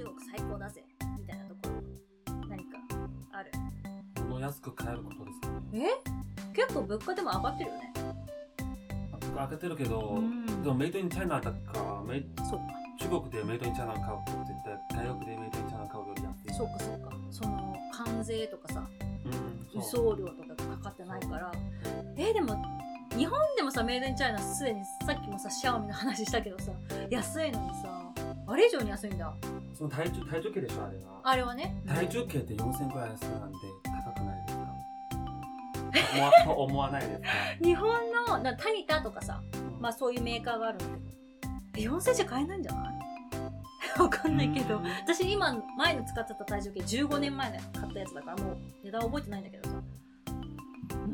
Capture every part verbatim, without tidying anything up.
中国最高だぜみたいなところ何かある？ 物安く買えることですかね。 え？結構物価でも上がってるよね。 物価上がってるけど、 うん、 でもメイドインチャイナだからメイそうか、 中国でメイドインチャイナ買うと絶対外国でメイドインチャイナ買うより安い。 そうかそうか、その関税とかさ、 うん、 輸送料とかがかかってないから。えー、でも日本でもさメイドインチャイナすでにさっきもさシャオミの話したけどさ安いのにさあれ以上に安いんだ。 その体重体重計でしょあれは。 あれはね。 体重計ってよんせんくらい安いなんで高くないですか？思わ思わないですか？ 日本のなタニタとかさ、うん、まあそういうメーカーがあるんだけどよんせんじゃ買えないんじゃない？わかんないけど、私今前の使ってた体重計じゅうごねんまえに買ったやつだからもう値段覚えてないんだけどさ。うん、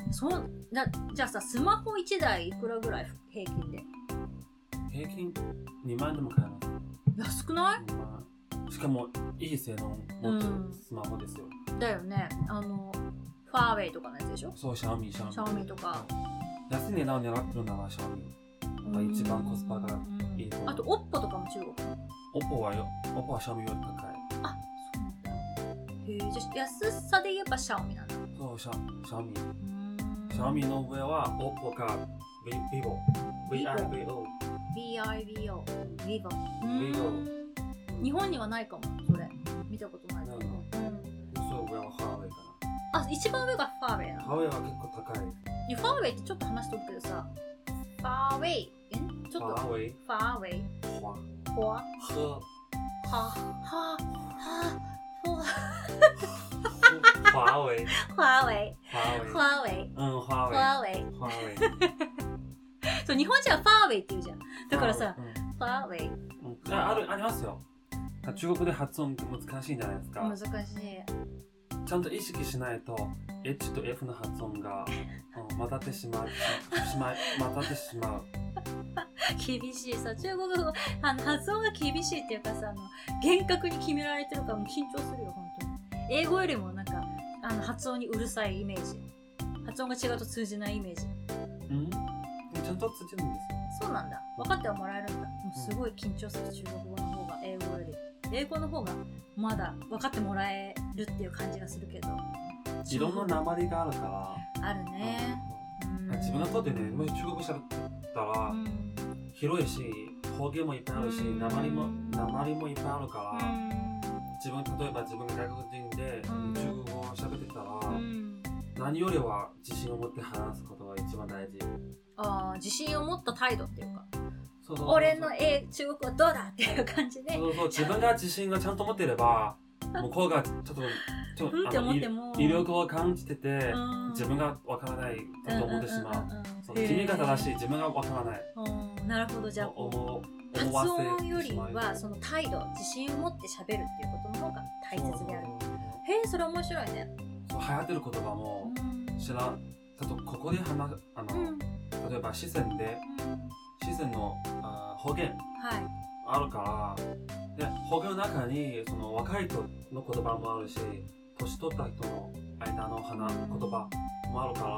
そうだ。じゃあさスマホいちだいいくらぐらい平均で？ 平均にまん円でも買えます。安くない？ まあ、しかもいい性能持つスマホですよ、 うん、だよね。あのファーウェイとかのやつでしょ。 そう、シャオミシャオミシャオミとか安い値段を狙ってるならシャオミが一番コスパがいいと思う。 あとオッポとかも中国。 オッポはよオッポはシャオミより高い。 あ、そうなんだ。へえ、じゃあ安さで言えばシャオミなんだ。 そう、シャシャオミ。シャオミの上はオッポかビボ、ビボ、ビボ、 ビボ、ビボ。 ビボ。 日本にはないかも、それ。見たことないかも。 そう、上はファーウェイかな。あ、一番上がファーウェイなの。 ファーウェイは結構高い。 ファーウェイってちょっと話しておくけどさ、ファーウェイ、えちょっとファーウェイ、 ファーウェイ、 ファ、 フォア、 フは、 は、は、フォア。 ファーウェイ、 ファーウェイ、 ファーウェイ、 ファーウェイ、 うん、ファーウェイ、 ファーウェイ、 ファーウェイ。 そう、日本人はファーウェイって言うじゃん。だからさ、ファーウェイ。 ある、ありますよ。中国で発音難しいんじゃないですか。 難しい。 ちゃんと意識しないと H と F の発音が、うん、混ざってしまう、しまい混ざってしまう。 厳しいさ、中国語あの発音が厳しいっていうかさ、あの厳格に決められてるからもう緊張するよ本当に。英語よりもなんかあの発音にうるさいイメージ。発音が違うと通じないイメージ。 うん？ちゃんと通じるんですよ。 そうなんだ。分かってはもらえるんだ。もうすごい緊張する、中国語の方が英語より。英語の方がまだ分かってもらえるっていう感じがするけど。 いろんな訛りがあるから。 あるね。 うん、自分がとってね、もし中国語喋ったら、うん、広いし、方言もいっぱいあるし、訛りも訛りもいっぱいあるから、うん、自分例えば自分が外国人で中国語を喋ってたら、うん、何よりは自信を持って話すことが一番大事。 ああ、自信を持った態度っていうか。 そうそうそうそう、 俺の英中国語どうだっていう感じで。 そうそう、自分が自信がちゃんと持ってれば、向こうがちょっとちょっと威力を感じてて、うん、自分がわからないと思ってしまう。君が正しい、自分がわからない。 うん、なるほど、じゃあこう発音よりはその態度、自信を持って喋るっていうことの方が大切である。へえ、それ面白いね。 そう、流行ってる言葉も知らん。ちょっとここで話あの、うん、例えば四川で、うん、四川のあ方言、はい、あるから、で方言の中にその若い人の言葉もあるし、年取った人の間の話、うん、言葉もあるから、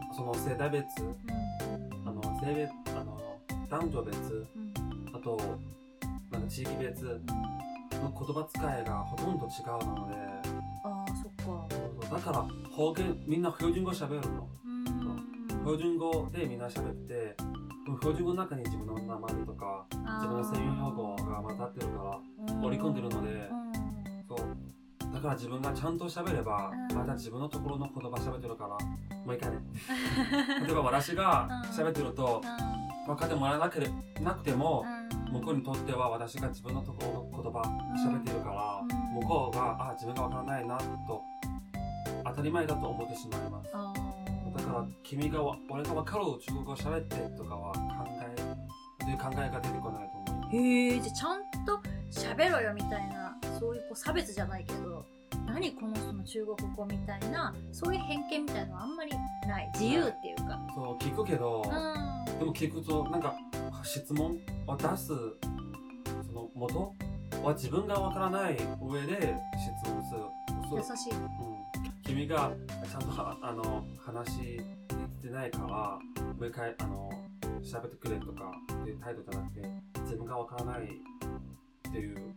その世代別、うん、あの性別、あの男女別、うん、あとなんか地域別の言葉遣いがほとんど違うので、 ああ、そっか。 だから方言みんな標準語喋るの。標準語でみんな喋って、標準語の中に自分の名前とか自分の専用用語が混ざってるから織り込んでるので、そうだから自分がちゃんと喋ればまた自分のところの言葉喋ってるから、もう一回ね。例えば私が喋ってると分かってもらえなくてなくても、向こうにとっては私が自分のところの言葉喋ってるから、向こうがあ自分が分からないなと当たり前だと思ってしまいます。だから君が俺が分かる中国語を喋ってとかは考えという考えが出てこないと思う。 へえ、じゃあちゃんと喋ろよみたいな、そういうこう差別じゃないけど、何この人の中国語みたいな、そういう偏見みたいなのはあんまりない。自由っていうか。 そう聞くけど、うん、でも聞くとなんか質問を出すその元は自分が分からない上で質問する。 優しい。うん、 君がちゃんとあの話できてないからもう一回あの喋ってくれとかっていう態度じゃなくて、自分がわからないっていう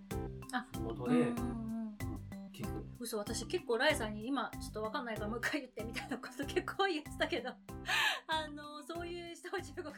地元で、うん、聞く。 嘘、私結構ライさんに今ちょっとわかんないからもう一回言ってみたいなこと結構言ってたけどあのそういう人を中国